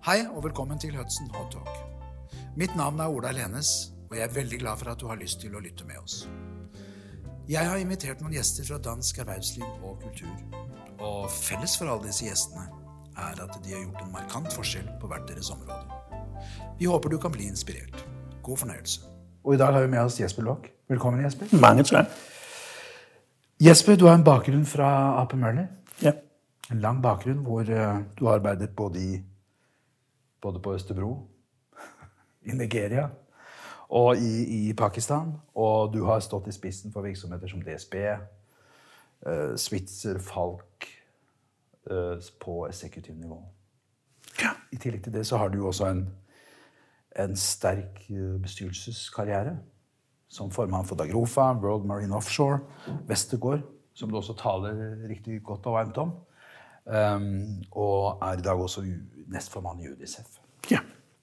Hei og velkommen til Hudson Hot Talk. Mitt navn er Ola Lenes, og jeg er veldig glad for at du har lyst til å lytte med oss. Jeg har invitert noen gjester fra dansk erhvervsliv og kultur, og felles for alle disse gjestene er at de har gjort en markant forskjell på hvert deres område. Vi håper du kan bli inspirert. God fornøyelse. Og i dag har vi med oss Jesper Lock. Velkommen, Jesper. Mange tak. Jesper, du har en bakgrunn fra A.P. Møller. Ja. En lang bakgrunn hvor du har arbeidet både på Østerbro, i Nigeria og i Pakistan. Og du har stått i spissen for virksomheter som DSB, Switzer, Falk, på executive nivå. Ja. I tillegg til det så har du også en sterk bestyrelseskarriere som formann for Dagrofa, World Marine Offshore, Vestergaard, som du også taler riktig godt og varmt om, og er i dag også nestformann i UNICEF. Ja.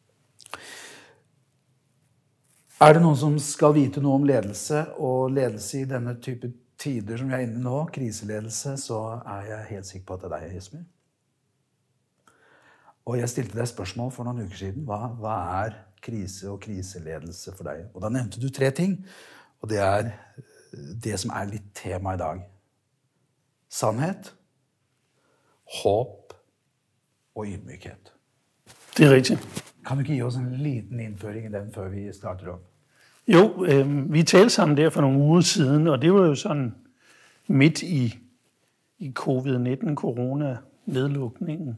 Er det noen som skal vite noe om ledelse, og ledelse i denne type tider som vi er inne i nå, kriseledelse, så er jeg helt sikker på at det er deg, Jesper. Og jeg stilte deg spørsmål for noen uker siden. Hva er krise og kriseledelse for deg? Og da nevnte du 3 ting, og det er det som er litt tema i dag. Sannhet, håp og ydmykhet. Det er rigtigt. Kan du ikke gi oss en liten indføring i den, før vi starter opp? Jo, vi talte sammen der for nogle uger siden, og det var jo sådan midt i covid-19, corona-nedlukningen.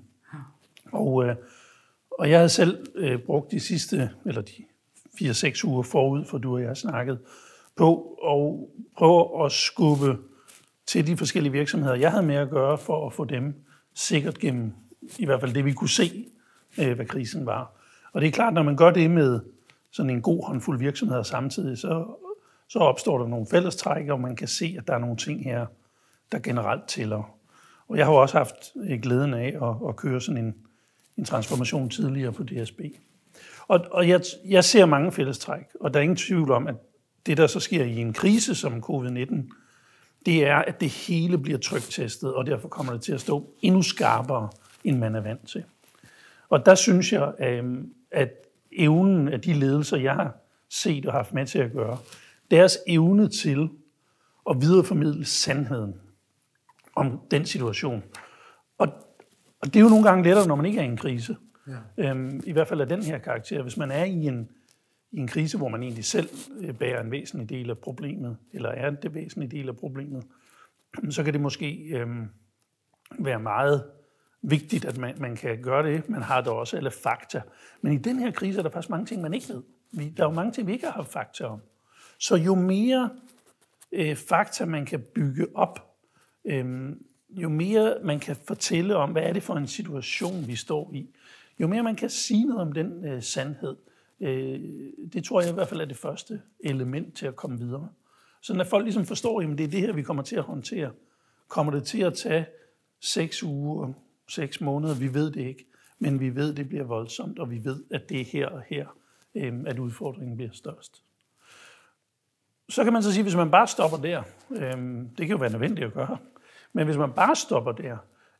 Og jeg havde selv brugt de sidste, eller de 4-6 uger forud, for du og jeg snakket, på at prøve at skubbe til de forskellige virksomheder, jeg havde med at gøre, for at få dem sikkert gennem, i hvert fald det vi kunne se, hvad krisen var. Og det er klart, når man gør det med sådan en god håndfuld virksomheder samtidig, så opstår der nogle fællestræk, og man kan se, at der er nogle ting her, der generelt tæller. Og jeg har også haft glæden af at køre sådan en transformation tidligere på DSB. Og jeg ser mange fællestræk, og der er ingen tvivl om, at det, der så sker i en krise som covid-19, det er, at det hele bliver tryktestet, og derfor kommer det til at stå endnu skarpere, end man er vant til. Og der synes jeg, at evnen af de ledelser, jeg har set og haft med til at gøre, deres evne til at videreformidle sandheden om den situation. Og det er jo nogle gange lettere, når man ikke er i en krise. Ja. I hvert fald af den her karakter. Hvis man er i en krise, hvor man egentlig selv bærer en væsentlig del af problemet, eller er det væsentlige del af problemet, så kan det måske være meget vigtigt, at man kan gøre det. Man har da også alle fakta. Men i den her krise er der faktisk mange ting, man ikke ved. Der er jo mange ting, vi ikke har haft fakta om. Så jo mere fakta, man kan bygge op, jo mere man kan fortælle om, hvad er det for en situation, vi står i, jo mere man kan sige noget om den sandhed, det tror jeg i hvert fald er det første element til at komme videre. Så når folk ligesom forstår, at det er det her, vi kommer til at håndtere, kommer det til at tage 6 uger, 6 måneder, vi ved det ikke, men vi ved, det bliver voldsomt, og vi ved, at det er her og her, at udfordringen bliver størst. Så kan man så sige, hvis man bare stopper der, det kan jo være nødvendigt at gøre, men hvis man bare stopper der,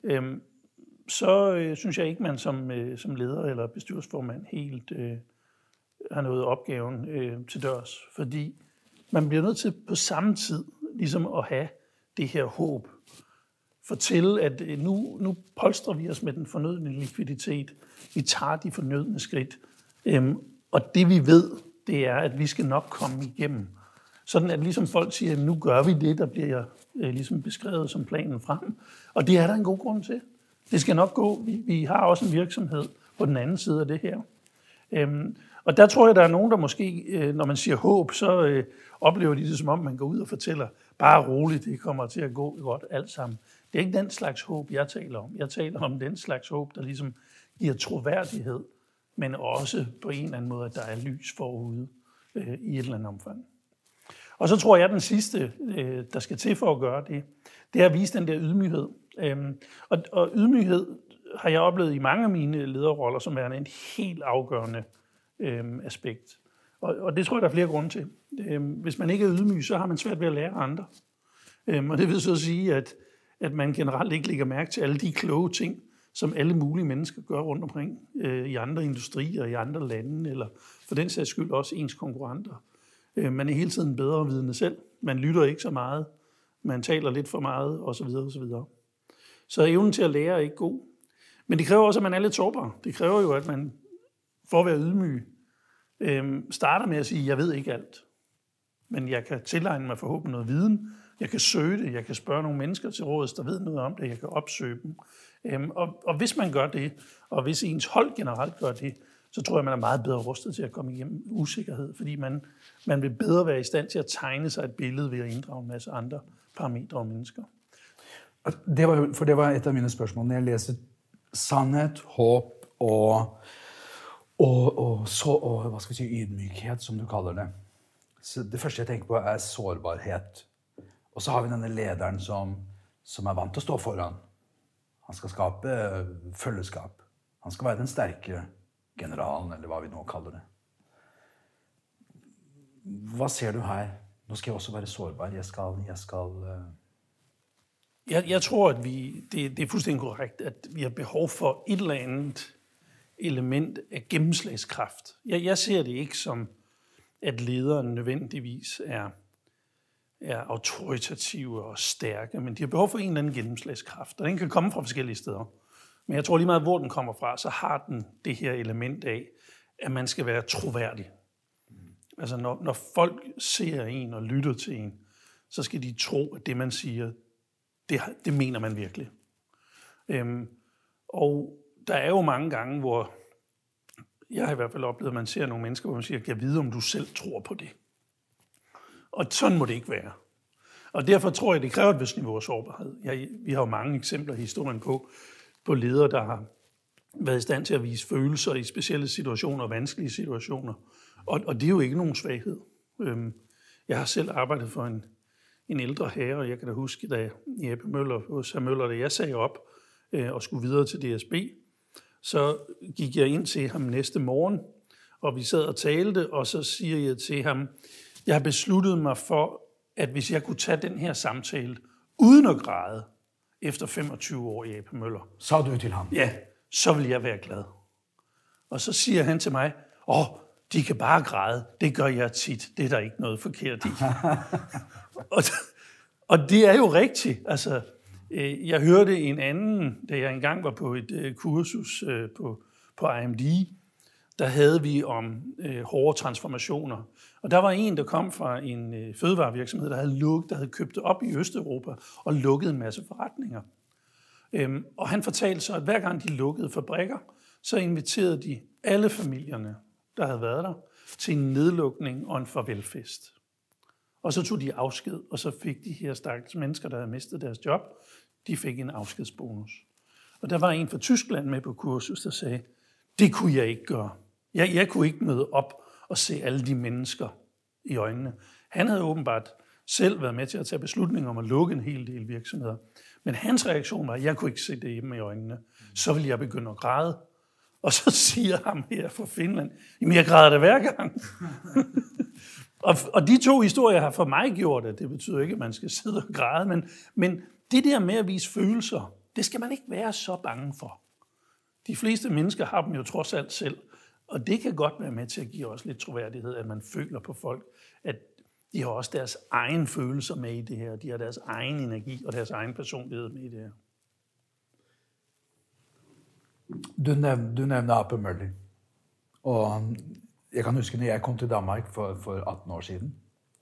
så synes jeg ikke, man som leder eller bestyrelsesformand helt har nået opgaven til dørs, fordi man bliver nødt til på samme tid ligesom at have det her håb. Fortælle, at nu polstrer vi os med den fornødne likviditet. Vi tager de fornødne skridt. Og det vi ved, det er, at vi skal nok komme igennem. Sådan at ligesom folk siger, at nu gør vi det, der bliver ligesom beskrevet som planen frem. Og det er der en god grund til. Det skal nok gå. Vi har også en virksomhed på den anden side af det her. Og der tror jeg, der er nogen, der måske, når man siger håb, så oplever de det som om, man går ud og fortæller, bare roligt, det kommer til at gå godt alt sammen. Det er ikke den slags håb, jeg taler om. Jeg taler om den slags håb, der ligesom giver troværdighed, men også på en eller anden måde, at der er lys forude i et eller andet omfang. Og så tror jeg, at den sidste, der skal til for at gøre det, det er at vise den der ydmyghed. Og ydmyghed har jeg oplevet i mange af mine lederroller, som er en helt afgørende aspekt. Og det tror jeg, der er flere grunde til. Hvis man ikke er ydmyg, så har man svært ved at lære andre. Og det vil så sige, at man generelt ikke lægger mærke til alle de kloge ting, som alle mulige mennesker gør rundt omkring i andre industrier, i andre lande, eller for den sags skyld også ens konkurrenter. Man er hele tiden bedre vidende selv. Man lytter ikke så meget. Man taler lidt for meget, osv. osv. Så evnen til at lære er ikke god. Men det kræver også, at man er lidt sårbar. Det kræver jo, at man, for at være ydmyg, starter med at sige, jeg ved ikke alt. Men jeg kan tilegne mig forhåbentlig noget viden. Jeg kan søge det. Jeg kan spørge nogle mennesker til råds, der ved noget om det. Jeg kan opsøge dem. Og hvis man gør det, og hvis ens hold generelt gør det, så tror jeg, man er meget bedre rustet til at komme igennem usikkerhed, fordi man vil bedre være i stand til at tegne sig et billede ved at inddrage en masse andre parametre og mennesker. Det var et af mine spørgsmål. Når jeg læser sandhed, håb og hvad skal vi sige, ydmykhed, som du kalder det. Så det første jeg tænker på er sårbarhed. Og så har vi denne lederen, som er vant til at stå foran. Han skal skabe følgeskab. Han skal være den stærke generalen, eller hvad vi nu kalder det. Hvad ser du her? Nu skal jeg også være sårbar. Jeg tror, at det er fuldstændig korrekt, at vi har behov for et eller andet element af gennemslagskraft. Jeg ser det ikke som, at lederen nødvendigvis er autoritative og stærke, men de har behov for en eller anden gennemslagskraft, og den kan komme fra forskellige steder. Men jeg tror lige meget, hvor den kommer fra, så har den det her element af, at man skal være troværdig. Altså når folk ser en og lytter til en, så skal de tro, at det man siger, det mener man virkelig. Og der er jo mange gange, hvor jeg har i hvert fald oplevet, at man ser nogle mennesker, hvor man siger, jeg ved, om du selv tror på det. Og sådan må det ikke være. Og derfor tror jeg, det kræver et vist niveau af sårbarhed. Vi har jo mange eksempler i historien på ledere, der har været i stand til at vise følelser i specielle situationer og vanskelige situationer. Og det er jo ikke nogen svaghed. Jeg har selv arbejdet for en ældre herre, og jeg kan da huske, da Jeppe Møller hos Møller, da jeg sagde op og skulle videre til DSB, så gik jeg ind til ham næste morgen, og vi sad og talte, og så siger jeg til ham, jeg har besluttet mig for, at hvis jeg kunne tage den her samtale uden at græde efter 25 år i Jeppe Møller. Sagde du til ham? Ja, så vil jeg være glad. Og så siger han til mig, de kan bare græde, det gør jeg tit, det er der ikke noget forkert i. og det er jo rigtigt. Altså, jeg hørte en anden, da jeg engang var på et kursus på IMD, der havde vi om hårde transformationer. Og der var en, der kom fra en fødevarevirksomhed, der havde købt det op i Østeuropa og lukket en masse forretninger. Og han fortalte så, at hver gang de lukkede fabrikker, så inviterede de alle familierne, der havde været der, til en nedlukning og en farvelfest. Og så tog de afsked, og så fik de her stakkels mennesker, der havde mistet deres job, de fik en afskedsbonus. Og der var en fra Tyskland med på kursus, der sagde, det kunne jeg ikke gøre. Jeg kunne ikke møde op og se alle de mennesker i øjnene. Han havde åbenbart selv været med til at tage beslutninger om at lukke en hel del virksomheder. Men hans reaktion var, at jeg kunne ikke se det hjemme i øjnene. Så ville jeg begynde at græde. Og så siger ham her fra Finland, jamen jeg græder det hver gang. og de to historier har for mig gjort det. Det betyder ikke, at man skal sidde og græde. Men det der med at vise følelser, det skal man ikke være så bange for. De fleste mennesker har dem jo trods alt selv. Og det kan godt være med til at give os lidt troværdighed, at man føler på folk, at de har også deres egen følelser med i det her. De har deres egen energi og deres egen personlighed med i det her. Du nævner AP Møller. Og jeg kan huske, når jeg kom til Danmark for 18 år siden,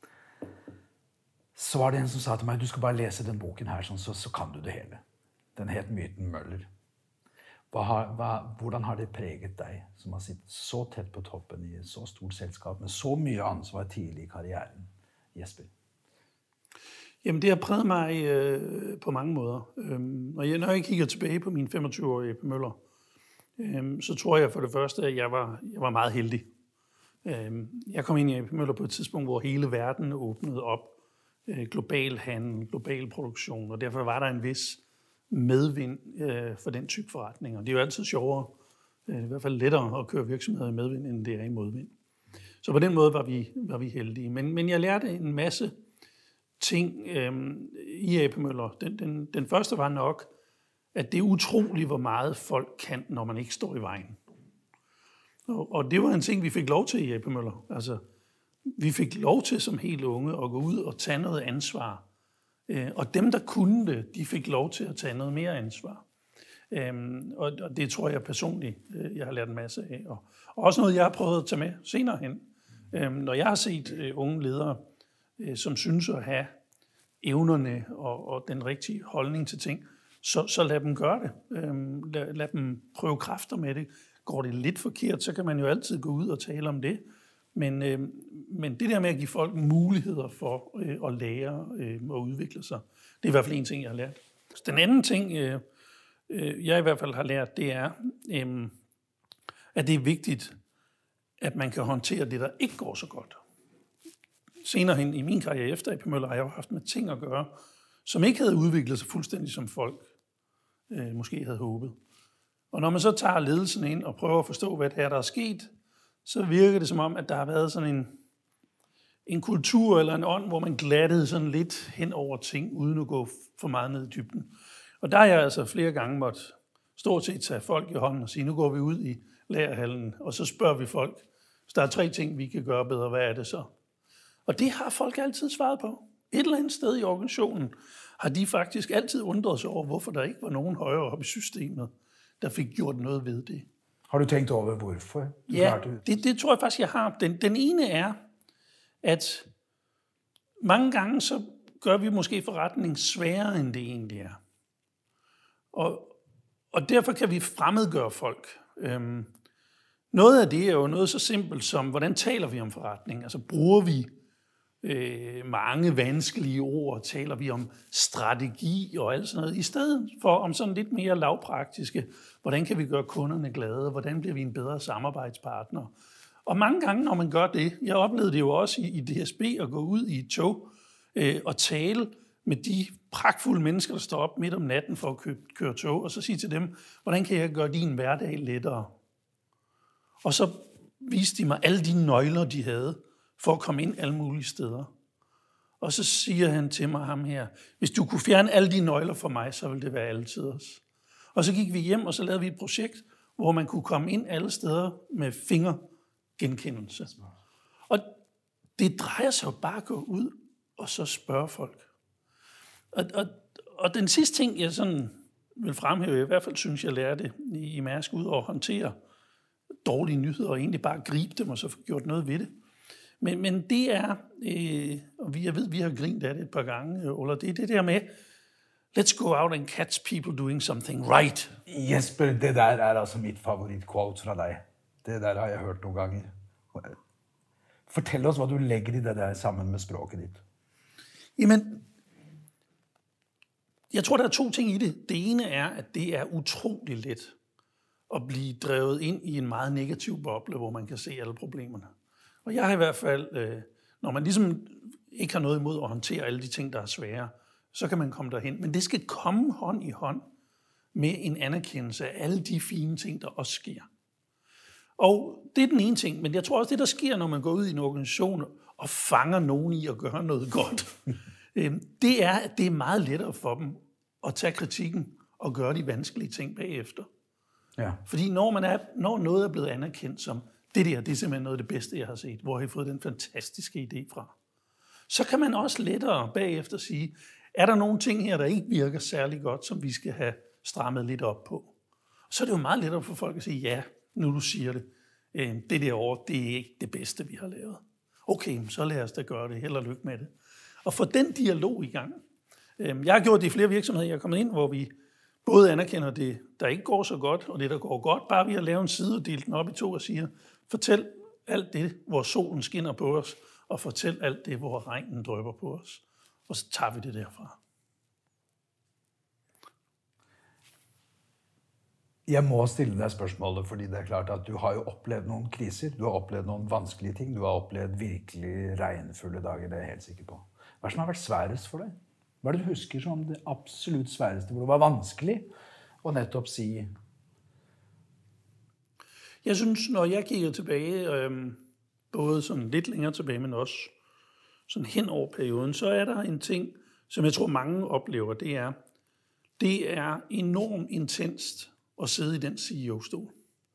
så var det en, som sa til mig, du skal bare læse den boken her, så kan du det hele. Den hed Myten Møller. Hvordan har det præget dig, som har sittet så tæt på toppen i et så stort selskab, med så mye ansvar tidlig i karrieren, Jesper? Jamen, det har præget mig på mange måder. Og når jeg kigger tilbage på mine 25 år i Jeppe Møller, så tror jeg for det første, at jeg var meget heldig. Jeg kom ind i Jeppe Møller på et tidspunkt, hvor hele verden åbnede op. Global handel, global produktion, og derfor var der en vis medvind for den type forretninger. Det er jo altid sjovere, i hvert fald lettere at køre virksomheder i medvind, end det er i modvind. Så på den måde var vi heldige. Men jeg lærte en masse ting i AP Møller. Den første var nok, at det er utroligt, hvor meget folk kan, når man ikke står i vejen. Og det var en ting, vi fik lov til i AP Møller. Altså, vi fik lov til som helt unge at gå ud og tage noget ansvar. Og dem, der kunne det, de fik lov til at tage noget mere ansvar. Og det tror jeg personligt, jeg har lært en masse af. Og også noget, jeg har prøvet at tage med senere hen. Når jeg har set unge ledere, som synes at have evnerne og den rigtige holdning til ting, så lad dem gøre det. Lad dem prøve kræfter med det. Går det lidt forkert, så kan man jo altid gå ud og tale om det. Men det der med at give folk muligheder for at lære og udvikle sig, det er i hvert fald en ting, jeg har lært. Den anden ting, jeg i hvert fald har lært, det er, at det er vigtigt, at man kan håndtere det, der ikke går så godt. Senere hen i min karriere efter AP Møller har jeg jo haft med ting at gøre, som ikke havde udviklet sig fuldstændig som folk måske havde håbet. Og når man så tager ledelsen ind og prøver at forstå, hvad det er, der er sket, så virker det som om, at der har været sådan en kultur eller en ånd, hvor man glattede sådan lidt hen over ting, uden at gå for meget ned i dybden. Og der har jeg altså flere gange måtte stort set tage folk i hånden og sige, nu går vi ud i lagerhallen, og så spørger vi folk, hvis der er 3 ting, vi kan gøre bedre, hvad er det så? Og det har folk altid svaret på. Et eller andet sted i organisationen har de faktisk altid undret sig over, hvorfor der ikke var nogen højere oppe i systemet, der fik gjort noget ved det. Har du tænkt over, hvorfor? Ja, det tror jeg faktisk, jeg har. Den ene er, at mange gange så gør vi måske forretning sværere, end det egentlig er. Og derfor kan vi fremmedgøre folk. Noget af det er jo noget så simpelt som, hvordan taler vi om forretning? Altså bruger vi mange vanskelige ord, taler vi om strategi og alt sådan noget, i stedet for om sådan lidt mere lavpraktiske, hvordan kan vi gøre kunderne glade, hvordan bliver vi en bedre samarbejdspartner. Og mange gange, når man gør det, jeg oplevede det jo også i DSB at gå ud i et tog og tale med de pragtfulde mennesker, der står op midt om natten for at køre tog, og så sige til dem, hvordan kan jeg gøre din hverdag lettere? Og så viste de mig alle de nøgler, de havde, for at komme ind alle mulige steder. Og så siger han til mig, ham her, hvis du kunne fjerne alle de nøgler for mig, så ville det være altid os. Og så gik vi hjem, og så lavede vi et projekt, hvor man kunne komme ind alle steder med fingergenkendelse. Og det drejer sig jo bare at gå ud og så spørge folk. Og den sidste ting, jeg sådan vil fremhæve, i hvert fald synes jeg lærte i Mærsk, ud over at håndtere dårlige nyheder, og egentlig bare gribe dem og så få gjort noget ved det. Men det er, og jeg ved, vi har grint af det et par gange, Ola, det er det der med, let's go out and catch people doing something right. Jesper, det der er altså mit favoritquote fra dig. Det der har jeg hørt nogle gange. Fortæl os, hvad du lægger i det der sammen med språket dit. Jamen, jeg tror, der er 2 ting i det. Det ene er, at det er utrolig let at blive drevet ind i en meget negativ boble, hvor man kan se alle problemerne. Og jeg har i hvert fald, når man ligesom ikke har noget imod at håndtere alle de ting, der er svære, så kan man komme derhen. Men det skal komme hånd i hånd med en anerkendelse af alle de fine ting, der også sker. Og det er den ene ting, men jeg tror også, det der sker, når man går ud i en organisation og fanger nogen i at gøre noget godt, det er, at det er meget lettere for dem at tage kritikken og gøre de vanskelige ting bagefter. Ja. Fordi når noget er blevet anerkendt som, det er simpelthen noget af det bedste, jeg har set, hvor har jeg fået den fantastiske idé fra, så kan man også lettere bagefter sige, er der nogle ting her, der ikke virker særlig godt, som vi skal have strammet lidt op på. Så er det jo meget lettere for folk at sige, ja, nu du siger det, det derovre, det er ikke det bedste, vi har lavet. Okay, så lad os da gøre det. Held og lykke med det. Og få den dialog i gang. Jeg har gjort det i flere virksomheder, jeg er kommet ind, hvor vi både anerkender det, der ikke går så godt, og det, der går godt, bare ved at lave en side og dele den op i 2 og siger, fortæl alt det, hvor solen skinner på os, og fortæl alt det, hvor regnen drypper på os. Og så tager vi det derfra. Jeg må stille deg spørsmålet, fordi det er klart at du har jo opplevd noen kriser, du har opplevd noen vanskelige ting, du har opplevd virkelig regnfulle dager, det er jeg helt sikker på. Hva som har vært sværest for deg? Hva er det du husker som det absolutt sværeste, hvor det var vanskelig å nettopp si? Jeg synes, når jeg kigger tilbage, både sådan lidt længere tilbage, men også sådan hen over perioden, så er der en ting, som jeg tror mange oplever, det er, Det er enormt intenst at sidde i den CEO-stol.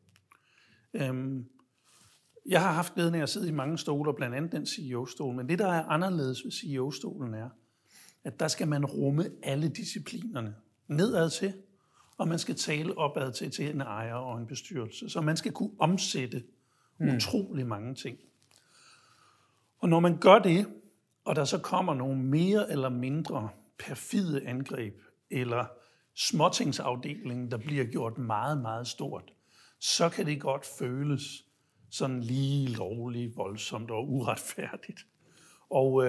Jeg har haft glæden af at sidde i mange stoler, blandt andet den CEO-stol, men det, der er anderledes ved CEO-stolen, er, at der skal man rumme alle disciplinerne nedad til, og man skal tale opad til en ejer og en bestyrelse. Så man skal kunne omsætte utrolig mange ting. Og når man gør det, og der så kommer nogle mere eller mindre perfide angreb, eller småtingsafdelingen, der bliver gjort meget, meget stort, så kan det godt føles sådan lige lovligt, voldsomt og uretfærdigt. Og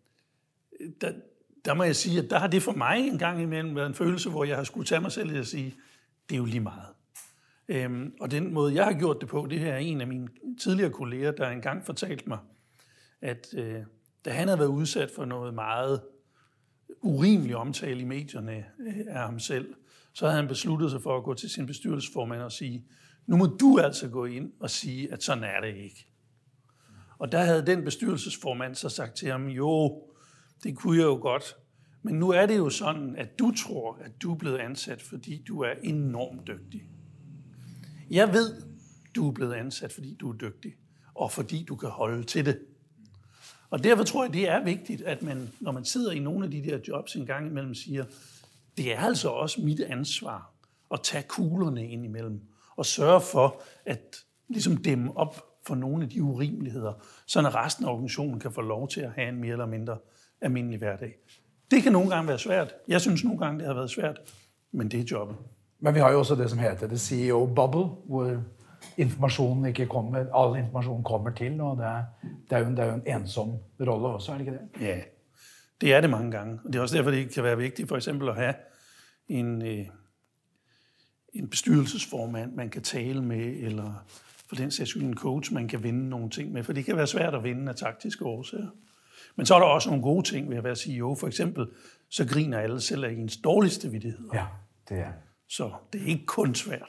der må jeg sige, at der har det for mig en gang imellem været en følelse, hvor jeg har skulle tage mig selv og sige, det er jo lige meget. Og den måde, jeg har gjort det på, det her er en af mine tidligere kolleger, der engang fortalte mig, at da han havde været udsat for noget meget urimelig omtale i medierne af ham selv, så havde han besluttet sig for at gå til sin bestyrelsesformand og sige, nu må du altså gå ind og sige, at sådan er det ikke. Og der havde den bestyrelsesformand så sagt til ham, jo, det kunne jeg jo godt, men nu er det jo sådan, at du tror, at du er blevet ansat, fordi du er enormt dygtig. Jeg ved, du er blevet ansat, fordi du er dygtig, og fordi du kan holde til det. Og derfor tror jeg, det er vigtigt, at man, når man sidder i nogle af de der jobs en gang imellem, siger, det er altså også mit ansvar at tage kuglerne ind imellem, og sørge for at ligesom dæmme op for nogle af de urimeligheder, så resten af organisationen kan få lov til at have en mere eller mindre almindelig hverdag. Det kan nogle gange være svært. Jeg synes nogle gange, det har været svært, men det er jobbet. Men vi har jo også det, som heter det CEO-bubble, hvor informasjonen ikke kommer, all informasjon kommer til, og det er jo en ensom rolle også, er det ikke det? Ja, det er det mange gange. Og det er også derfor, det kan være vigtigt for eksempel at have en bestyrelsesformand, man kan tale med, eller for den sags skyld en coach, man kan vinde nogle ting med, for det kan være svært at vinde af taktiske årsager. Men så er der også nogle gode ting ved at være CEO. For eksempel, så griner alle selv af ens dårligste vittigheder. Ja, det er. Så det er ikke kun svært.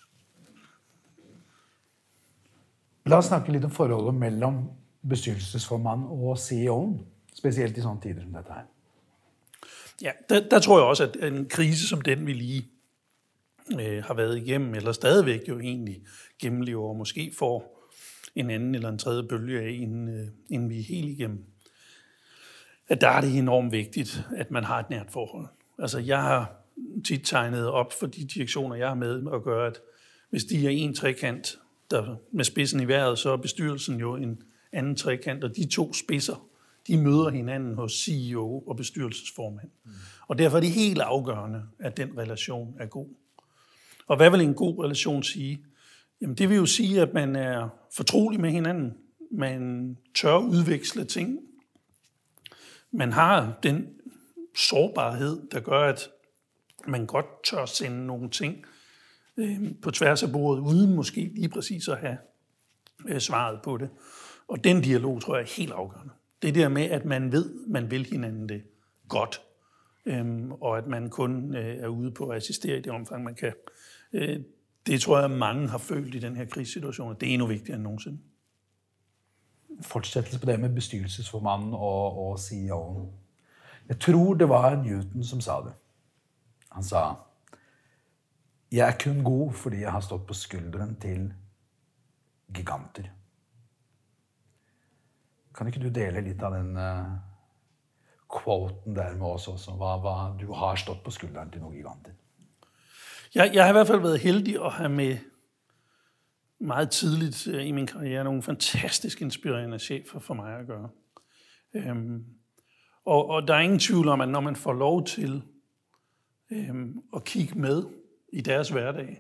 Lad os snakke lidt om forholdet mellem bestyrelsesformanden og CEO'en, specielt i sånne tider som dette her. Ja, der tror jeg også, at en krise som den, vi lige har været igennem, eller stadigvæk jo egentlig gennemlever, og måske får en anden eller en tredje bølge af, inden vi er helt igennem, at der er det enormt vigtigt, at man har et nært forhold. Altså, jeg har tit tegnet op for de direktioner, jeg har med at gøre, at hvis de er en trekant, der med spidsen i vejret, så er bestyrelsen jo en anden trekant, og de to spidser, de møder hinanden hos CEO og bestyrelsesformand. Og derfor er det helt afgørende, at den relation er god. Og hvad vil en god relation sige? Jamen, det vil jo sige, at man er fortrolig med hinanden. Man tør udveksle ting. Man har den sårbarhed, der gør, at man godt tør sende nogle ting på tværs af bordet, uden måske lige præcis at have svaret på det. Og den dialog, tror jeg, er helt afgørende. Det der med, at man ved, man vil hinanden det godt, og at man kun er ude på at assistere i det omfang, man kan. Det tror jeg, mange har følt i den her krisesituation. Det er endnu vigtigere end nogensinde. Fortsættelse på det med bestyrelsesformanden og CEO'en. Jeg tror, det var Newton, som sa det. Han sa, jeg er kun god, fordi jeg har stått på skulderen til giganter. Kan ikke du dele lidt af den quoten der med os også? Hvad du har stått på skulderen til nogle giganter? Jeg har i hvert fald været heldig at have med meget tidligt i min karriere nogle fantastisk inspirerende chefer for mig at gøre. Og der er ingen tvivl om, at når man får lov til at kigge med i deres hverdag,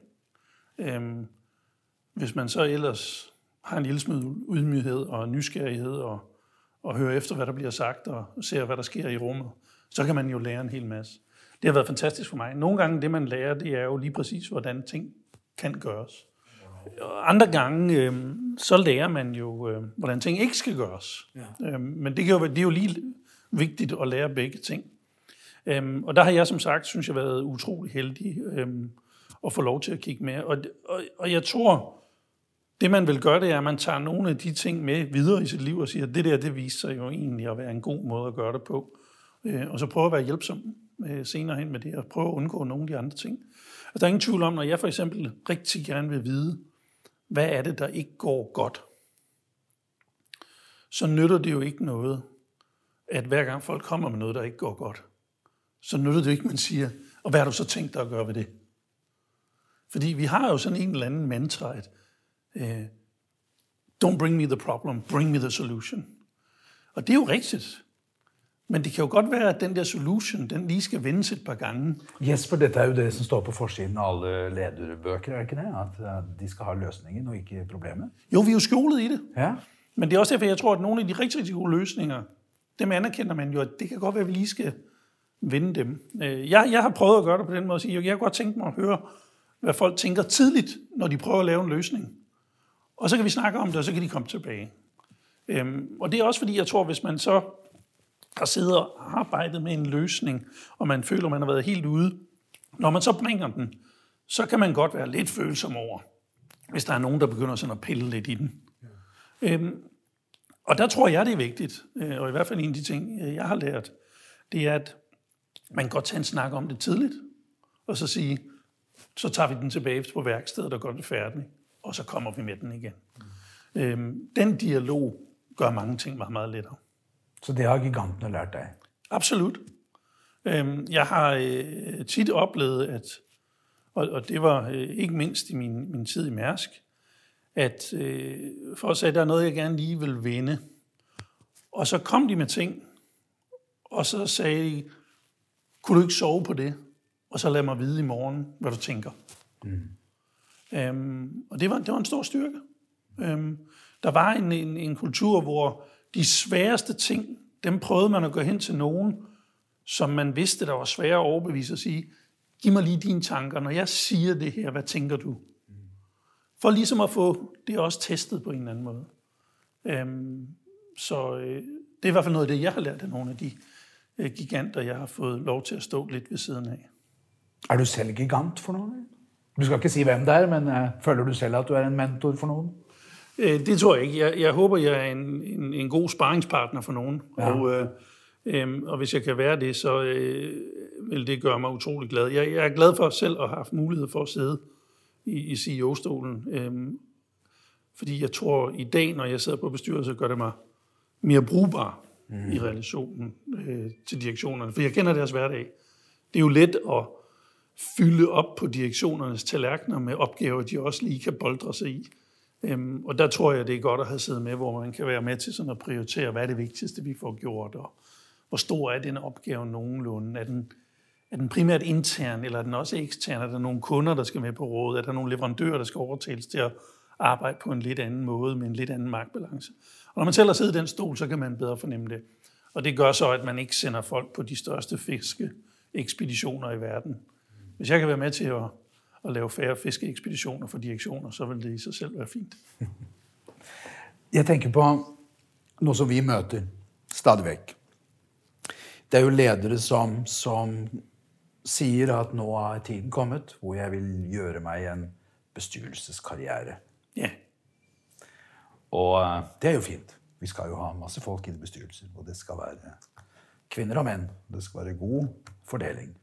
hvis man så ellers har en lille smule ydmyghed og nysgerrighed og hører efter, hvad der bliver sagt og ser, hvad der sker i rummet, så kan man jo lære en hel masse. Det har været fantastisk for mig. Nogle gange det, man lærer, det er jo lige præcis, hvordan ting kan gøres. Og andre gange, så lærer man jo, hvordan ting ikke skal gøres. Ja. Men det er jo lige vigtigt at lære begge ting. Og der har jeg som sagt, synes jeg, været utrolig heldig at få lov til at kigge med. Og jeg tror, det man vil gøre, det er, at man tager nogle af de ting med videre i sit liv og siger, at det viser sig jo egentlig at være en god måde at gøre det på. Og så prøve at være hjælpsom senere hen med det, og prøve at undgå nogle af de andre ting. Og der er ingen tvivl om, når jeg for eksempel rigtig gerne vil vide, hvad er det, der ikke går godt, så nytter det jo ikke noget, at hver gang folk kommer med noget, der ikke går godt, så nytter det jo ikke, man siger, og hvad har du så tænkt dig at gøre ved det? Fordi vi har jo sådan en eller anden mantra, at don't bring me the problem, bring me the solution. Og det er jo rigtigt. Men det kan jo godt være, at den der solution, den lige skal vendes et par gange. Jesper, dette er jo det, som står på forsiden af alle lederbøker, er det ikke det? At de skal have løsningen og ikke problemet? Jo, vi er jo skjolet i det. Ja. Men det er også derfor, jeg tror, at nogle af de rigtig, rigtig gode løsninger, dem anerkender man jo, at det kan godt være, at vi lige skal vende dem. Jeg har prøvet at gøre det på den måde at sige, jeg kan godt tænke mig at høre, hvad folk tænker tidligt, når de prøver at lave en løsning. Og så kan vi snakke om det, og så kan de komme tilbage. Og det er også fordi, jeg tror, hvis man så har siddet og arbejdet med en løsning, og man føler, man har været helt ude, når man så bringer den, så kan man godt være lidt følsom over, hvis der er nogen, der begynder sådan at pille lidt i den. Og der tror jeg, det er vigtigt, og i hvert fald en af de ting, jeg har lært, det er, at man kan godt tage en snak om det tidligt, og så sige, så tager vi den tilbage på værkstedet og gør det færdigt, og så kommer vi med den igen. Den dialog gør mange ting meget, meget lettere. Så det har giganterne lært dig? Absolut. Jeg har tit oplevet, at, og det var ikke mindst i min tid i Mærsk, at for at sige, at der er noget, jeg gerne lige vil vende. Og så kom de med ting, og så sagde de, kunne du ikke sove på det? Og så lad mig vide i morgen, hvad du tænker. Og det var en stor styrke. Der var en kultur, hvor de sværeste ting, dem prøvede man at gå hen til nogen, som man vidste, der var svære at overbevise og sige, giv mig lige dine tanker, når jeg siger det her, hvad tænker du? For ligesom at få det også testet på en eller anden måde. Så det er i hvert fald noget af det, jeg har lært af nogle af de giganter, jeg har fået lov til at stå lidt ved siden af. Er du selv gigant for nogen? Du skal ikke sige, hvem det er, men føler du selv, at du er en mentor for nogen? Det tror jeg ikke. Jeg håber, jeg er en god sparringspartner for nogen. Ja. Og hvis jeg kan være det, så vil det gøre mig utrolig glad. Jeg er glad for selv at have haft mulighed for at sidde i CEO-stolen. Fordi jeg tror, i dag, når jeg sidder på bestyrelse, gør det mig mere brugbar i relationen til direktionerne. For jeg kender deres hverdag. Det er jo let at fylde op på direktionernes tallerkener med opgaver, de også lige kan boldre sig i. Og der tror jeg, det er godt at have siddet med, hvor man kan være med til sådan at prioritere, hvad er det vigtigste, vi får gjort, og hvor stor er den opgave nogenlunde. Er den primært intern, eller er den også ekstern? Er der nogle kunder, der skal med på rådet? Er der nogle leverandører, der skal overtales til at arbejde på en lidt anden måde, med en lidt anden magtbalance? Og når man selv har siddet i den stol, så kan man bedre fornemme det. Og det gør så, at man ikke sender folk på de største fiskeekspeditioner i verden. Hvis jeg kan være med til at lave færre fiskeekspeditioner for direktioner, så vil det i sig selv være fint. Jeg tænker på noget, som vi møter stadigvæk. Det er jo ledere, som siger, at nu er tiden kommet, hvor jeg vil gøre mig en bestyrelseskarriere. Ja. Og det er jo fint. Vi skal jo have masse folk i det bestyrelser, og det skal være kvinder og mænd. Det skal være god fordeling.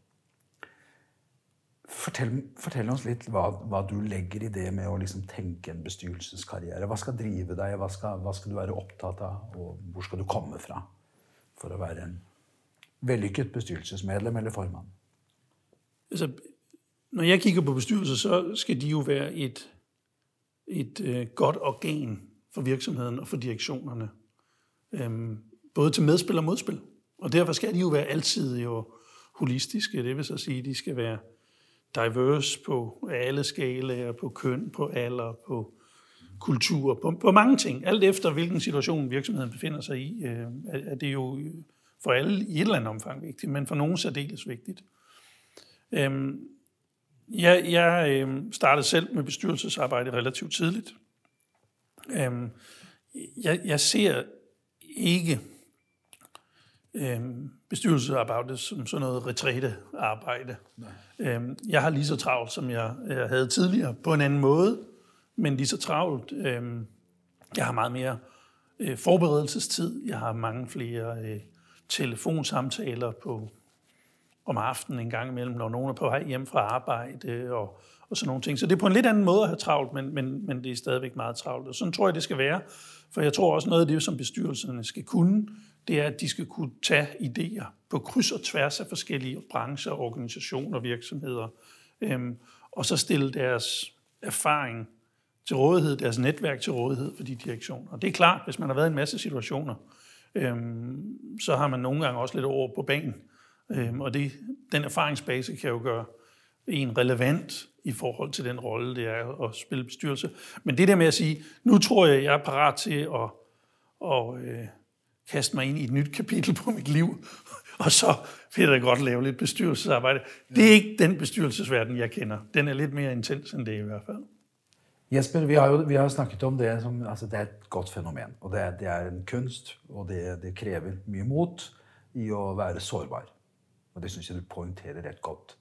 Fortell oss litt hva du legger i det med å liksom tenke en bestyrelseskarriere. Hva skal drive deg? Hva skal du være opptatt av? Og hvor skal du komme fra for å være en vellykket bestyrelsesmedlem eller formann? Altså, når jeg kigger på bestyrelser, så skal de jo være et godt organ for virksomheden og for direktionerne. Både til medspil og modspil. Og derfor skal de jo være altid jo holistiske. Det vil så sige, at de skal være diverse på alle skalaer, på køn, på alder, på kultur, på mange ting. Alt efter hvilken situation virksomheden befinder sig i, er det jo for alle i et eller andet omfang vigtigt, men for nogen særdeles vigtigt. Jeg startede selv med bestyrelsesarbejde relativt tidligt. Jeg ser ikke bestyrelsesarbejde som sådan noget retrætearbejde. Jeg har lige så travlt, som jeg havde tidligere, på en anden måde, men lige så travlt. Jeg har meget mere forberedelsestid. Jeg har mange flere telefonsamtaler på om aftenen en gang imellem, når nogen er på vej hjem fra arbejde og sådan nogle ting. Så det er på en lidt anden måde at have travlt, men det er stadigvæk meget travlt. Og sådan tror jeg, det skal være. For jeg tror også, noget af det, som bestyrelserne skal kunne, det er, at de skal kunne tage idéer på kryds og tværs af forskellige brancher, organisationer, virksomheder, og så stille deres erfaring til rådighed, deres netværk til rådighed for de direktioner. Og det er klart, hvis man har været i en masse situationer, så har man nogle gange også lidt over på banen. Og den erfaringsbase kan jo gøre en relevant i forhold til den rolle, det er at spille bestyrelse. Men det der med at sige, nu tror jeg er parat til at kaste mig ind i et nyt kapitel på mit liv, og så vil jeg da godt lave lidt bestyrelsesarbejde. Det er ikke den bestyrelsesverden, jeg kender. Den er lidt mere intens end det i hvert fald. Jesper, vi har snakket om det som, altså det er et godt fænomen, og det er en kunst, og det kræver mye mod i at være sårbar. Og det synes jeg, du pointerer ret godt.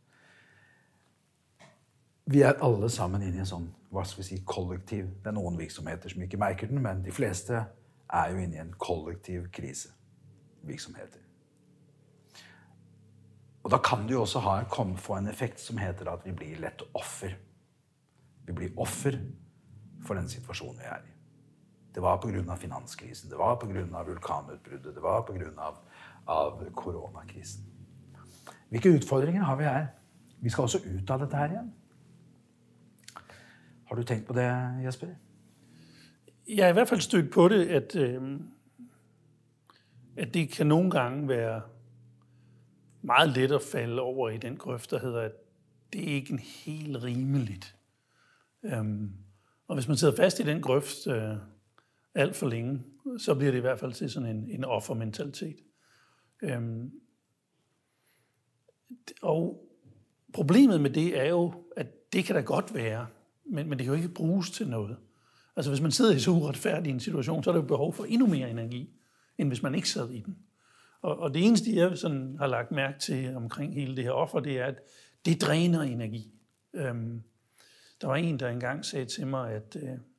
Vi er alle sammen inde i en sånn, hva skal vi si, kollektiv. Det er noen virksomheter som ikke merker den, men de fleste er jo inne i en kollektiv krise. Virksomheter. Og da kan det jo også få en effekt som heter at vi blir lett offer. Vi blir offer for den situasjonen vi er i. Det var på grunn av finanskrisen, det var på grunn av vulkanutbruddet, det var på grunn av koronakrisen. Hvilke utfordringer har vi her? Vi skal også ut av dette her igjen. Har du tænkt på det, Jesper? Jeg er i hvert fald stødt på det, at det kan nogle gange være meget let at falde over i den grøft, der hedder, at det er ikke en helt rimeligt. Og hvis man sidder fast i den grøft alt for længe, så bliver det i hvert fald til sådan en offermentalitet. Og problemet med det er jo, at det kan da godt være, men det kan jo ikke bruges til noget. Altså hvis man sidder i så uretfærdig en situation, så er der jo behov for endnu mere energi, end hvis man ikke sad i den. Og det eneste, jeg sådan har lagt mærke til omkring hele det her offer, det er, at det dræner energi. Der var en, der engang sagde til mig, at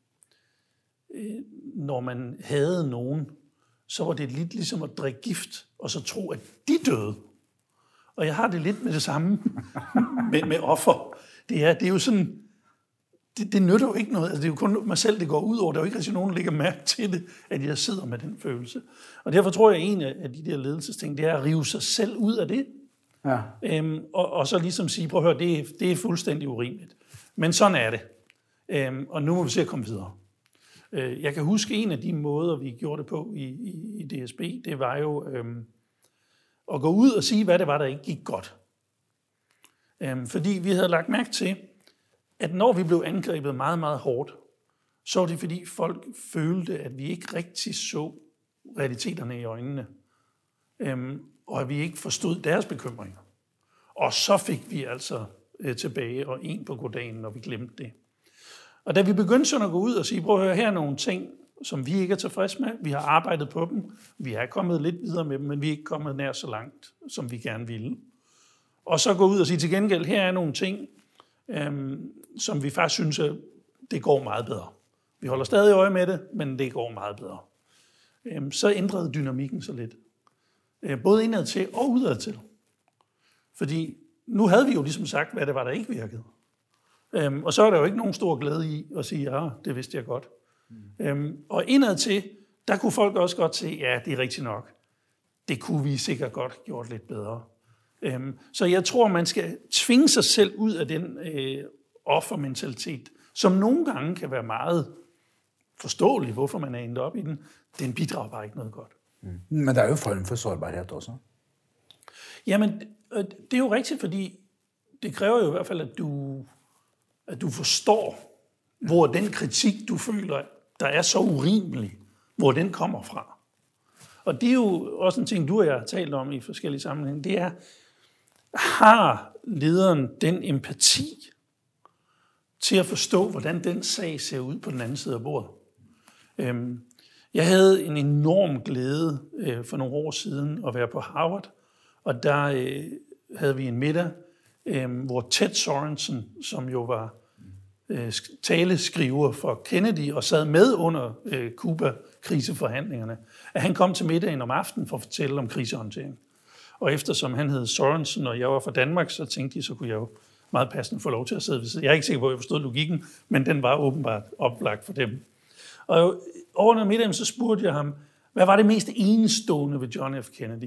når man havde nogen, så var det lidt ligesom at drikke gift, og så tro, at de døde. Og jeg har det lidt med det samme med offer. Det er jo sådan, det nytter jo ikke noget. Altså, det er jo kun mig selv, det går ud over. Der er jo ikke rigtig nogen, der lægger mærke til det, at jeg sidder med den følelse. Og derfor tror jeg, at en af de der ledelsesting, det er at rive sig selv ud af det. Ja. Og så ligesom sige, prøv at høre, det er fuldstændig urimeligt. Men sådan er det. Og nu må vi se at komme videre. Jeg kan huske en af de måder, vi gjorde det på i DSB, det var jo at gå ud og sige, hvad det var, der ikke gik godt. Fordi vi havde lagt mærke til, at når vi blev angrebet meget, meget hårdt, så var det fordi folk følte, at vi ikke rigtig så realiteterne i øjnene. Og at vi ikke forstod deres bekymringer. Og så fik vi altså tilbage og en på goddagen, når vi glemte det. Og da vi begyndte sådan at gå ud og sige, prøv at høre, her er nogle ting, som vi ikke er tilfreds med. Vi har arbejdet på dem. Vi er kommet lidt videre med dem, men vi er ikke kommet nær så langt, som vi gerne ville. Og så gå ud og sige til gengæld, her er nogle ting, som vi faktisk synes, at det går meget bedre. Vi holder stadig øje med det, men det går meget bedre. Så ændrede dynamikken så lidt. Både indad til og udad til. Fordi nu havde vi jo ligesom sagt, hvad det var, der ikke virkede. Og så er der jo ikke nogen stor glæde i at sige, ja, det vidste jeg godt. Og indad til, der kunne folk også godt se, ja, det er rigtigt nok. Det kunne vi sikkert godt have gjort lidt bedre. Så jeg tror, man skal tvinge sig selv ud af den offermentalitet, som nogle gange kan være meget forståelig, hvorfor man er endt op i den. Den bidrager bare ikke noget godt. Men der er jo form for sårbarhed også. Jamen, det er jo rigtigt, fordi det kræver jo i hvert fald, at du forstår, hvor den kritik, du føler, der er så urimelig, hvor den kommer fra. Og det er jo også en ting, du og jeg har talt om i forskellige sammenhænge. Det er, har lederen den empati til at forstå, hvordan den sag ser ud på den anden side af bordet? Jeg havde en enorm glæde for nogle år siden at være på Harvard, og der havde vi en middag, hvor Ted Sorensen, som jo var taleskriver for Kennedy og sad med under Cuba-kriseforhandlingerne, at han kom til middagen om aftenen for at fortælle om krisehåndtering. Og eftersom han hed Sorensen, og jeg var fra Danmark, så tænkte de, så kunne jeg jo meget passende få lov til at sidde ved siden. Jeg er ikke sikker på, at jeg forstod logikken, men den var åbenbart oplagt for dem. Og over middagen så spurgte jeg ham, hvad var det mest enestående ved John F. Kennedy?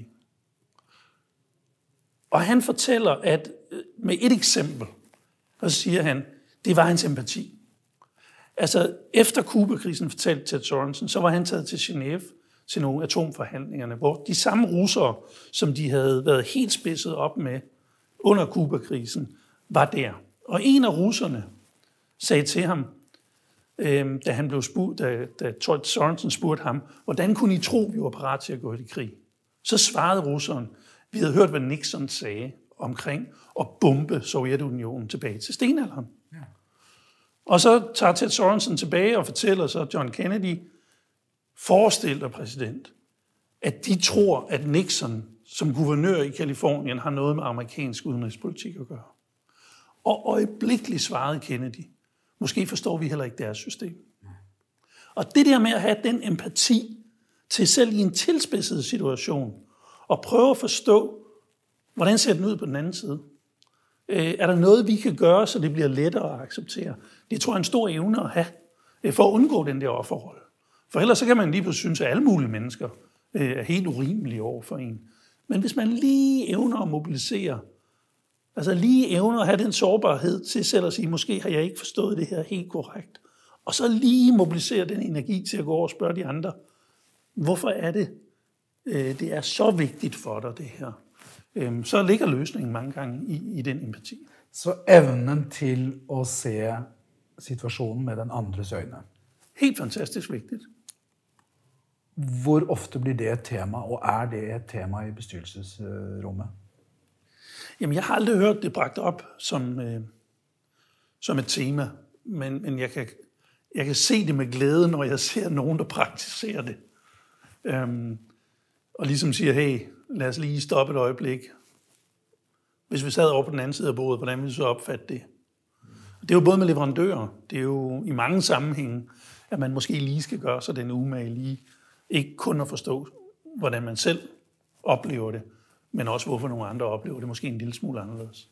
Og han fortæller, at med et eksempel, og så siger han, det var hans empati. Altså, efter Cuba-krisen, fortalte Ted Sorensen, så var han taget til Genève til nogle atomforhandlingerne, hvor de samme russere, som de havde været helt spidset op med under Cuba-krisen, var der. Og en af russerne sagde til ham, da han blev spurgt, da Ted Sorensen spurgte ham, hvordan kunne I tro, vi var parat til at gå i krig? Så svarede russeren, vi havde hørt, hvad Nixon sagde omkring at bombe Sovjetunionen tilbage til stenalderen. Ja. Og så tager Ted Sorensen tilbage og fortæller så John Kennedy, forestil dig, præsident, at de tror, at Nixon som guvernør i Kalifornien har noget med amerikansk udenrigspolitik at gøre. Og øjeblikkeligt svarede Kennedy, måske forstår vi heller ikke deres system. Og det der med at have den empati til selv i en tilspidset situation, og prøve at forstå, hvordan ser den ud på den anden side. Er der noget, vi kan gøre, så det bliver lettere at acceptere? Det tror jeg er en stor evne at have, for at undgå den der offerrolle. For ellers så kan man lige pludselig synes, at alle mulige mennesker er helt urimelige over for en. Men hvis man lige evner at mobilisere, altså lige evner at have den sårbarhed til selv at sige, måske har jeg ikke forstået det her helt korrekt, og så lige mobilisere den energi til at gå over og spørge de andre, hvorfor er det, det er så vigtigt for dig, det her? Så ligger løsningen mange gange i den empati. Så evnen til at se situationen med den andres øjne. Helt fantastisk vigtigt. Hvor ofte bliver det et tema, og er det et tema i bestyrelsesrummet? Jamen, jeg har aldrig hørt det bragt op som et tema, men jeg kan se det med glæde, når jeg ser nogen, der praktiserer det. Og ligesom siger, hey, lad os lige stoppe et øjeblik. Hvis vi sad over på den anden side af bordet, hvordan ville vi så opfatte det? Det er jo både med leverandører, det er jo i mange sammenhænge, at man måske lige skal gøre sig den umage lige. Ikke kun at forstå, hvordan man selv oplever det, men også hvorfor nogle andre oplever det måske en lille smule anderledes.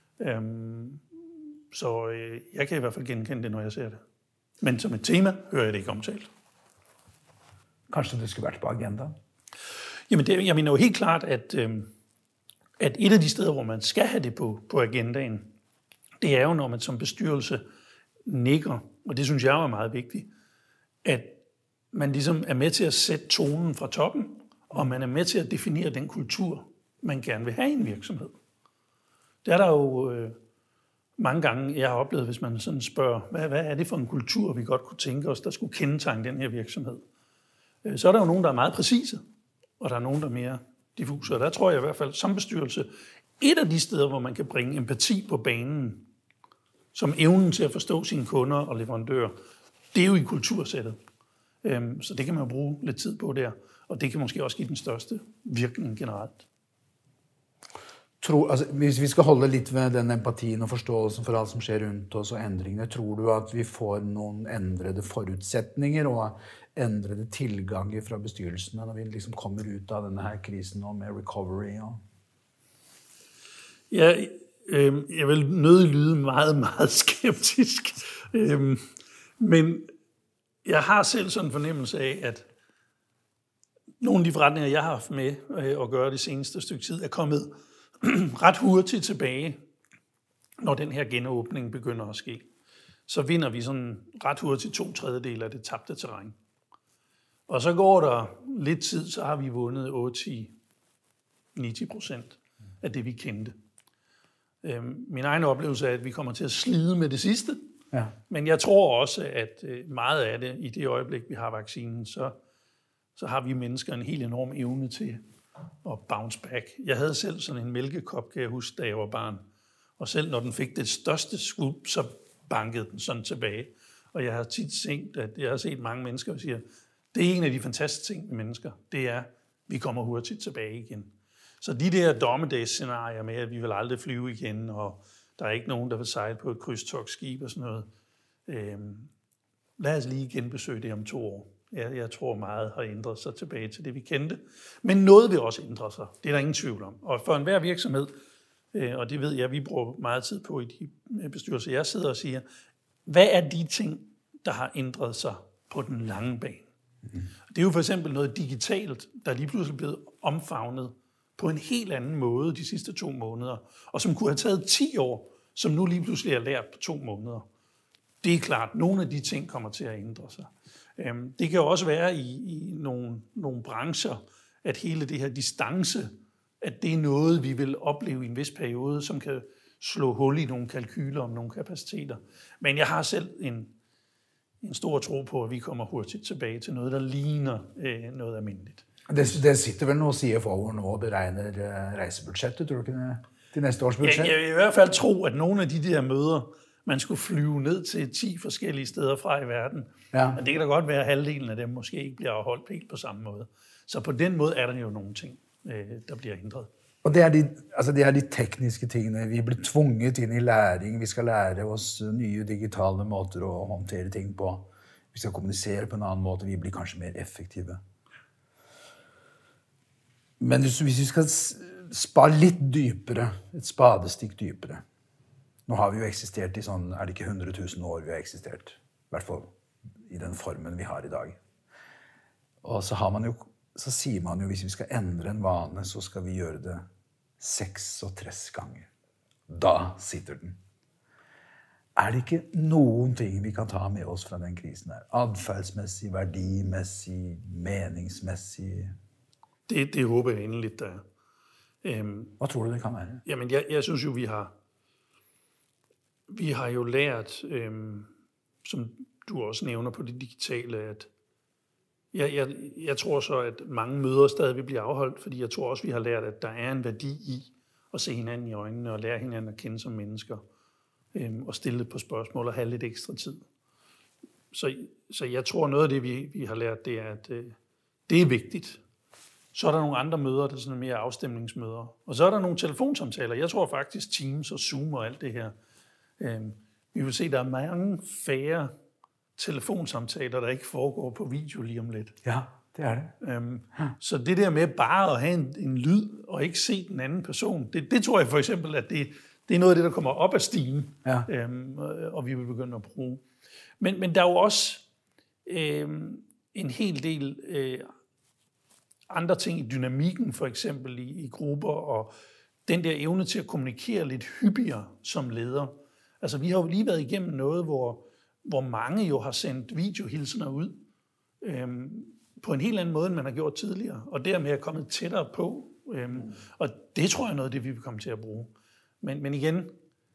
Så jeg kan i hvert fald genkende det, når jeg ser det. Men som et tema hører jeg det ikke omtalt. Kanskje det skulle være på agendaen? Jamen, jeg mener jo helt klart, at et af de steder, hvor man skal have det på agendaen, det er jo, når man som bestyrelse nikker, og det synes jeg er meget vigtigt, at man ligesom er med til at sætte tonen fra toppen, og man er med til at definere den kultur, man gerne vil have i en virksomhed. Det er der jo mange gange, jeg har oplevet, hvis man sådan spørger, hvad er det for en kultur, vi godt kunne tænke os, der skulle kendetegne den her virksomhed? Så er der jo nogen, der er meget præcise, og der er nogen, der er mere diffuse. Og der tror jeg i hvert fald, som bestyrelse, et af de steder, hvor man kan bringe empati på banen, som evnen til at forstå sine kunder og leverandører, det er jo i kultursættet. Så det kan man bruge lidt tid på der, og det kan måske også give den største virkning generelt. Hvis vi skal holde lidt ved den empatien og forståelsen for alt som sker rundt oss og ændringene, tror du at vi får nogle ændrede forudsætninger og ændrede tilgange fra bestyrelsen, når vi liksom kommer ud af denne her krisen og med recovery? Og... Ja, jeg vil nødig lyde meget, meget skeptisk, men jeg har selv sådan en fornemmelse af, at nogle af de forretninger, jeg har haft med at gøre det seneste stykke tid, er kommet ret hurtigt tilbage, når den her genåbning begynder at ske. Så vinder vi sådan ret hurtigt 2/3 af det tabte terræn. Og så går der lidt tid, så har vi vundet 80-90% af det, vi kendte. Min egen oplevelse er, at vi kommer til at slide med det sidste. Ja. Men jeg tror også, at meget af det, i det øjeblik, vi har vaccinen, så har vi mennesker en helt enorm evne til at bounce back. Jeg havde selv sådan en mælkekop, kan jeg huske, da jeg var barn. Og selv når den fik det største skub, så bankede den sådan tilbage. Og jeg har tit set, at jeg har set mange mennesker, der siger, det er en af de fantastiske ting med mennesker, det er, at vi kommer hurtigt tilbage igen. Så de der dommedagsscenarier med, at vi vil aldrig flyve igen, og der er ikke nogen, der vil sejle på et krydstogtskib og sådan noget. Lad os lige genbesøge det om 2 år. Jeg tror meget har ændret sig tilbage til det, vi kendte. Men noget vil også ændre sig. Det er der ingen tvivl om. Og for enhver virksomhed, og det ved jeg, vi bruger meget tid på i de bestyrelser, jeg sidder og siger, hvad er de ting, der har ændret sig på den lange bane? Det er jo for eksempel noget digitalt, der lige pludselig er blevet omfavnet på en helt anden måde de sidste 2 måneder, og som kunne have taget 10 år, som nu lige pludselig er lært på 2 måneder. Det er klart, at nogle af de ting kommer til at ændre sig. Det kan jo også være i nogle brancher, at hele det her distance, at det er noget, vi vil opleve i en vis periode, som kan slå hul i nogle kalkyler om nogle kapaciteter. Men jeg har selv en stor tro på, at vi kommer hurtigt tilbage til noget, der ligner noget almindeligt. Det sitter vel noen CFO-er nå og beregner reisebudsjettet, tror du ikke det? Til næste års budget? Jeg vil i hvert fald tro, at nogle af de der møder, man skulle flyve ned til 10 forskellige steder fra i verden, og det kan da godt være, at halvdelen af dem måske ikke bliver afholdt helt på samme måde. Så på den måde er der jo nogle ting, der bliver ændret. Og det er de tekniske tingene. Vi blir tvunget inn i læring. Vi skal lære oss nye digitale måter å håndtere ting på. Vi skal kommunisere på en annen måte. Vi blir kanskje mer effektive. Men hvis vi skal spare litt dypere, et spadestikk dypere. Nå har vi jo eksistert i sånn, er det ikke 100 000 år vi har eksistert? I hvert fall i den formen vi har i dag. Og så sier man jo, hvis vi skal endre en vane, så skal vi gjøre det 36 ganger. Da sitter den. Er det ikke noen ting vi kan ta med oss fra den krisen her? Adferdsmessig, verdimessig, meningsmessig? Det håber jeg endeligt, der er. Hvad tror du, det kan være? Jamen, jeg synes jo, vi har jo lært, som du også nævner på det digitale, at jeg tror så, at mange møder stadig vil blive afholdt, fordi jeg tror også, vi har lært, at der er en værdi i at se hinanden i øjnene og lære hinanden at kende som mennesker og stille på spørgsmål og have lidt ekstra tid. Så jeg tror, noget af det, vi har lært, det er, at det er vigtigt. Så er der nogle andre møder, der er sådan mere afstemningsmøder. Og så er der nogle telefonsamtaler. Jeg tror faktisk Teams og Zoom og alt det her. Vi vil se, at der er mange færre telefonsamtaler, der ikke foregår på video lige om lidt. Ja, det er det. Så det der med bare at have en lyd og ikke se den anden person, det tror jeg for eksempel, at det er noget af det, der kommer op af stigen, og vi vil begynde at bruge. Men der er jo også en hel del andre ting i dynamikken, for eksempel i grupper, og den der evne til at kommunikere lidt hyppigere som leder. Altså, vi har jo lige været igennem noget, hvor mange jo har sendt videohilsener ud på en helt anden måde, end man har gjort tidligere, og dermed er kommet tættere på. Og det tror jeg er noget af det, vi vil komme til at bruge. Men igen...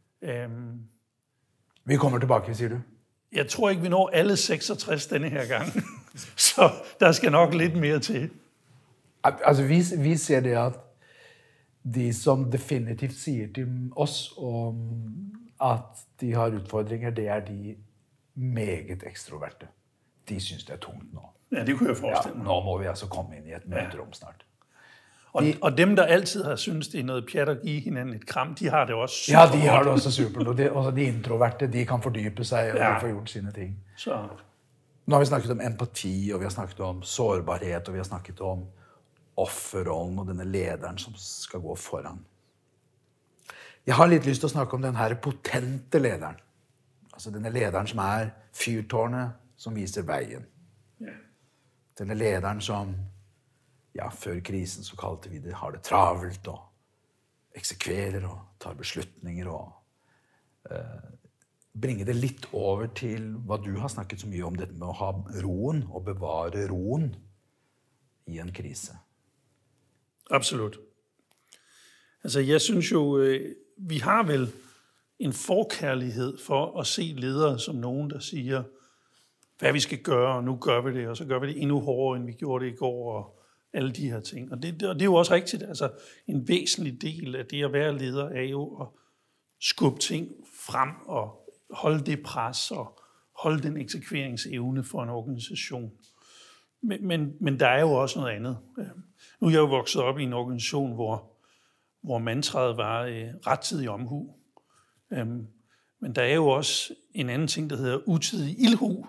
Vi kommer tilbage, siger du? Jeg tror ikke, vi når alle 66 denne her gang. Så der skal nok lidt mere til. Altså, vi ser det, at de som definitivt siger til os om at de har udfordringer, det er de meget ekstroverte. De synes det er tungt nå. Ja, det kunne jeg forestille mig. Nå må vi altså komme ind i et møterum snart. Og dem, der altid har syntes, det er noget pjat at give hinanden et kram, de har det også super. Ja, de har det også super. Og de introverte, de kan fordype sig, og de får gjort sine ting. Så. Nå har vi snakket om empati, og vi har snakket om sårbarhet, og vi har snakket om offerrollen og denne lederen som skal gå foran. Jeg har litt lyst til å snakke om den her potente lederen. Altså denne lederen som er fyrtårnet som viser veien. Denne lederen som, før krisen så kalte vi det, har det travelt og eksekverer og tar beslutninger og bringer det litt over til hva du har snakket så mye om, dette med å ha roen og bevare roen i en krise. Absolut. Altså, jeg synes jo, vi har vel en forkærlighed for at se ledere som nogen, der siger, hvad vi skal gøre, og nu gør vi det, og så gør vi det endnu hårdere, end vi gjorde det i går, og alle de her ting. Og det er jo også rigtigt. Altså, en væsentlig del af det at være leder er jo at skubbe ting frem og holde det pres og holde den eksekveringsevne for en organisation. Men der er jo også noget andet. Nu er jeg jo vokset op i en organisation, hvor mantraet var rettidig omhu. Men der er jo også en anden ting, der hedder utidig ildhu.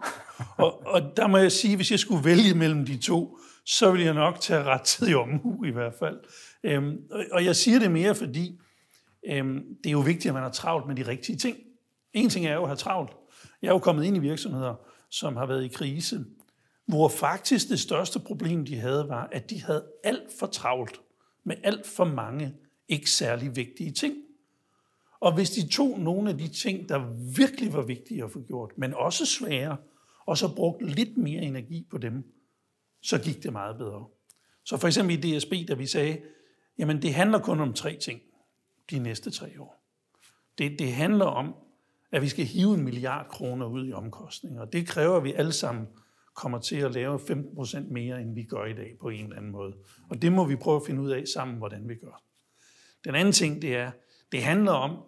Og der må jeg sige, hvis jeg skulle vælge mellem de to, så vil jeg nok tage rettidig omhu i hvert fald. Og jeg siger det mere, fordi det er jo vigtigt, at man har travlt med de rigtige ting. En ting er jo at have travlt. Jeg er jo kommet ind i virksomheder, som har været i krise, hvor faktisk det største problem, de havde, var, at de havde alt for travlt med alt for mange ikke særlig vigtige ting. Og hvis de tog nogle af de ting, der virkelig var vigtige at få gjort, men også svære, og så brugte lidt mere energi på dem, så gik det meget bedre. Så for eksempel i DSB, da vi sagde, jamen det handler kun om 3 ting de næste 3 år. Det handler om, at vi skal hive 1 milliard kroner ud i omkostninger. Det kræver, at vi alle sammen kommer til at lave 15% mere, end vi gør i dag på en eller anden måde. Og det må vi prøve at finde ud af sammen, hvordan vi gør. Den anden ting, det handler om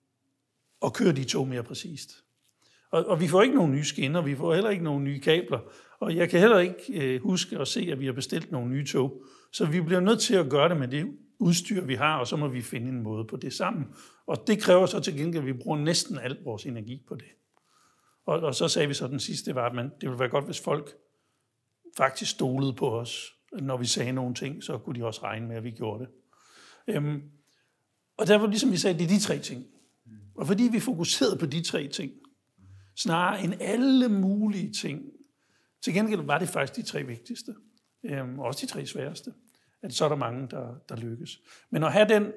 at køre de tog mere præcist. Og vi får ikke nogen nye skinner, vi får heller ikke nogen nye kabler, og jeg kan heller ikke huske at se, at vi har bestilt nogle nye tog. Så vi bliver nødt til at gøre det med det udstyr, vi har, og så må vi finde en måde på det sammen. Og det kræver så til gengæld, at vi bruger næsten al vores energi på det. Og så sagde vi så den sidste, var, at det ville være godt, hvis folk faktisk stolede på os. Når vi sagde nogle ting, så kunne de også regne med, at vi gjorde det. Og derfor, ligesom vi sagde, det er de 3 ting. Og fordi vi fokuserede på de 3 ting, snarere end alle mulige ting, til gengæld var det faktisk de 3 vigtigste. Også de 3 sværeste. At så er der mange, der lykkes. Men at have den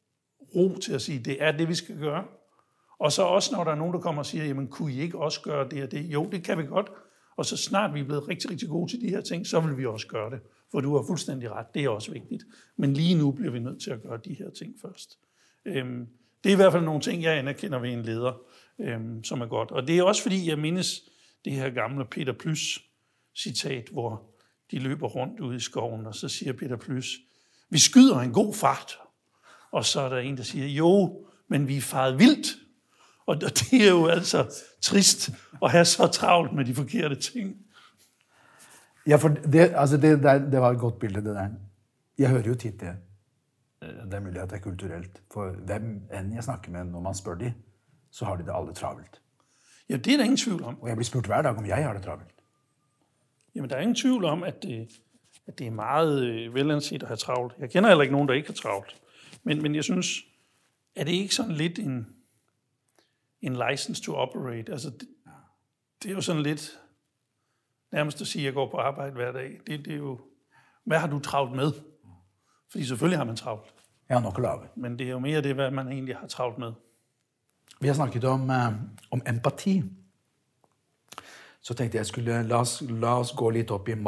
ro til at sige, det er det, vi skal gøre. Og så også, når der er nogen, der kommer og siger, jamen kunne I ikke også gøre det og det? Jo, det kan vi godt. Og så snart vi er blevet rigtig, rigtig gode til de her ting, så vil vi også gøre det. For du har fuldstændig ret, det er også vigtigt. Men lige nu bliver vi nødt til at gøre de her ting først. Det er i hvert fald nogle ting, jeg anerkender ved en leder, som er godt. Og det er også fordi, jeg mindes det her gamle Peter Plys citat, hvor de løber rundt ude i skoven, og så siger Peter Plys, vi skyder en god fart. Og så er der en, der siger, jo, men vi er faret vildt. Og det er jo altså trist at have så travlt med de forkerte ting. Ja, for det var et godt billede, det der. Jeg hører jo tit det. Det er mulig at det er kulturelt. For hvem enn jeg snakker med når man spør de, så har de det aldri travelt. Ja, det er der ingen tvivl om. Og jeg bliver spurgt hver dag om jeg har det travelt. Jamen, der er ingen tvivl om, at det er meget velanset at have travlt. Jeg kender heller ikke nogen, der ikke har travlt. Men jeg synes, er det ikke sådan lidt en license to operate? Altså, det er jo sådan lidt nærmest at sige, at jeg går på arbejde hver dag. Det er jo, hvad har du travlt med? Fordi selvfølgelig har man travlt. Jeg har nok at lave. Men det er jo mere det, hvad man egentlig har travlt med. Vi har snakket om empati. Så tenkte jeg skulle la oss gå litt opp i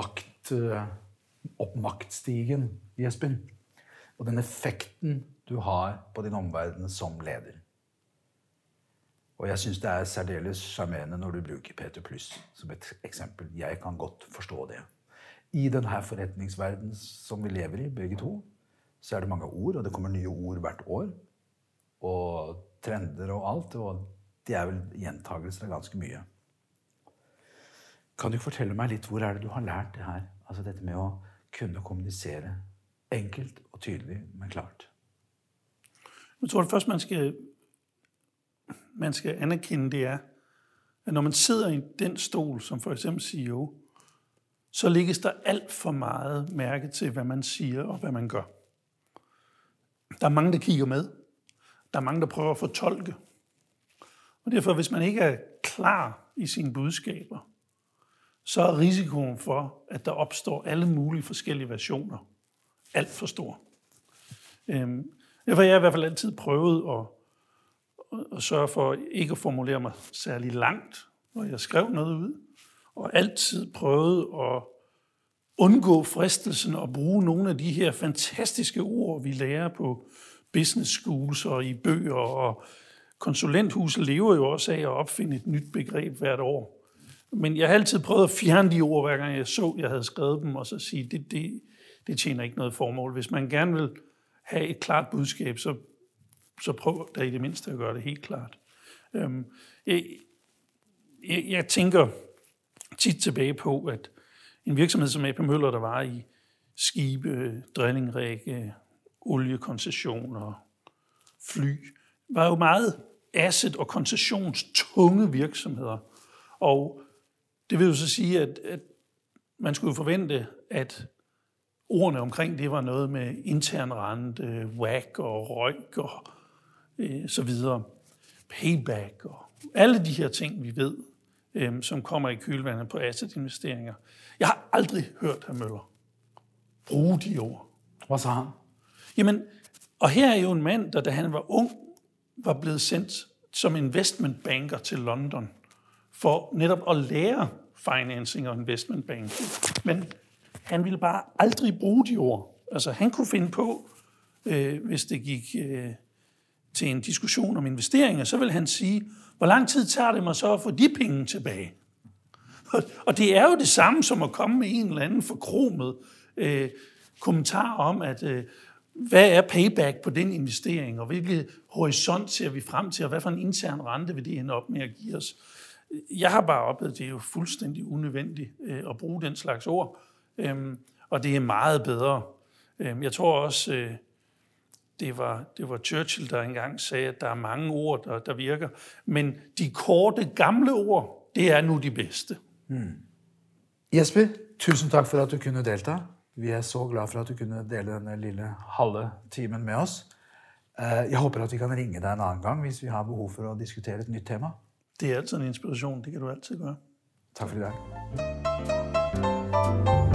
maktstigen, Jesper. Og den effekten du har på din omverden som leder. Og jeg synes det er særdeles charmerende når du bruker Peter Plys som et eksempel. Jeg kan godt forstå det. I den her forretningsverden som vi lever i, begge to, så er det mange ord, og det kommer nye ord hvert år. Og trender og alt, og det er vel gjentagelser av ganske mye. Kan du fortelle meg litt, hvor er det du har lært det her? Altså dette med å kunne kommunisere enkelt og tydelig, men klart. Jeg tror det først, man skal anerkende, det er, at når man sidder i den stol, som for eksempel CEO, så lægges der alt for meget mærke til, hvad man siger og hvad man gør. Der er mange, der kigger med. Der er mange, der prøver at fortolke. Og derfor, hvis man ikke er klar i sine budskaber, så er risikoen for, at der opstår alle mulige forskellige versioner, alt for stor. Derfor har jeg i hvert fald altid prøvet at sørge for ikke at formulere mig særlig langt, når jeg skrev noget ud, og altid prøvet at undgå fristelsen og bruge nogle af de her fantastiske ord, vi lærer på business schools og i bøger, og konsulenthuset lever jo også af at opfinde et nyt begreb hvert år. Men jeg har altid prøvet at fjerne de ord, hver gang jeg havde skrevet dem, og så sige, det tjener ikke noget formål. Hvis man gerne vil have et klart budskab, så prøv da i det mindste at gøre det helt klart. Jeg tænker tit tilbage på, at en virksomhed som AP Møller, der var i skibe, drillingrække, oliekoncessioner, fly, var jo meget asset- og koncessionstunge virksomheder. Og det vil jo så sige, at man skulle forvente, at ordene omkring det var noget med intern rente, WACC og ROIC og så videre. Payback og alle de her ting, vi ved, som kommer i kølvandet på asset-investeringer. Jeg har aldrig hørt hr. Møller bruge de ord. Hvad sa han? Jamen, og her er jo en mand, der da han var ung, var blevet sendt som investment banker til London for netop at lære financing og investment banking. Men han ville bare aldrig bruge de ord. Altså, han kunne finde på, hvis det gik til en diskussion om investeringer, så vil han sige, hvor lang tid tager det mig så at få de penge tilbage? Og det er jo det samme som at komme med en eller anden forkromet kommentar om, at hvad er payback på den investering, og hvilket horisont ser vi frem til, og hvad for en intern rente vil det ende op med at give os? Jeg har bare oplevet, at det er jo fuldstændig unødvendigt at bruge den slags ord, og det er meget bedre. Jeg tror også, det var Churchill, der engang sagde, at der er mange ord, der virker, men de korte, gamle ord, det er nu de bedste. Jesper, tusen tak for at du kunne delta. Vi er så glade for at du kunne dele denne lille halve timen med os. Jeg håber at vi kan ringe dig en anden gang, hvis vi har behov for at diskutere et nyt tema. Det er altid en inspiration, det kan du altid gøre. Tak for i dag.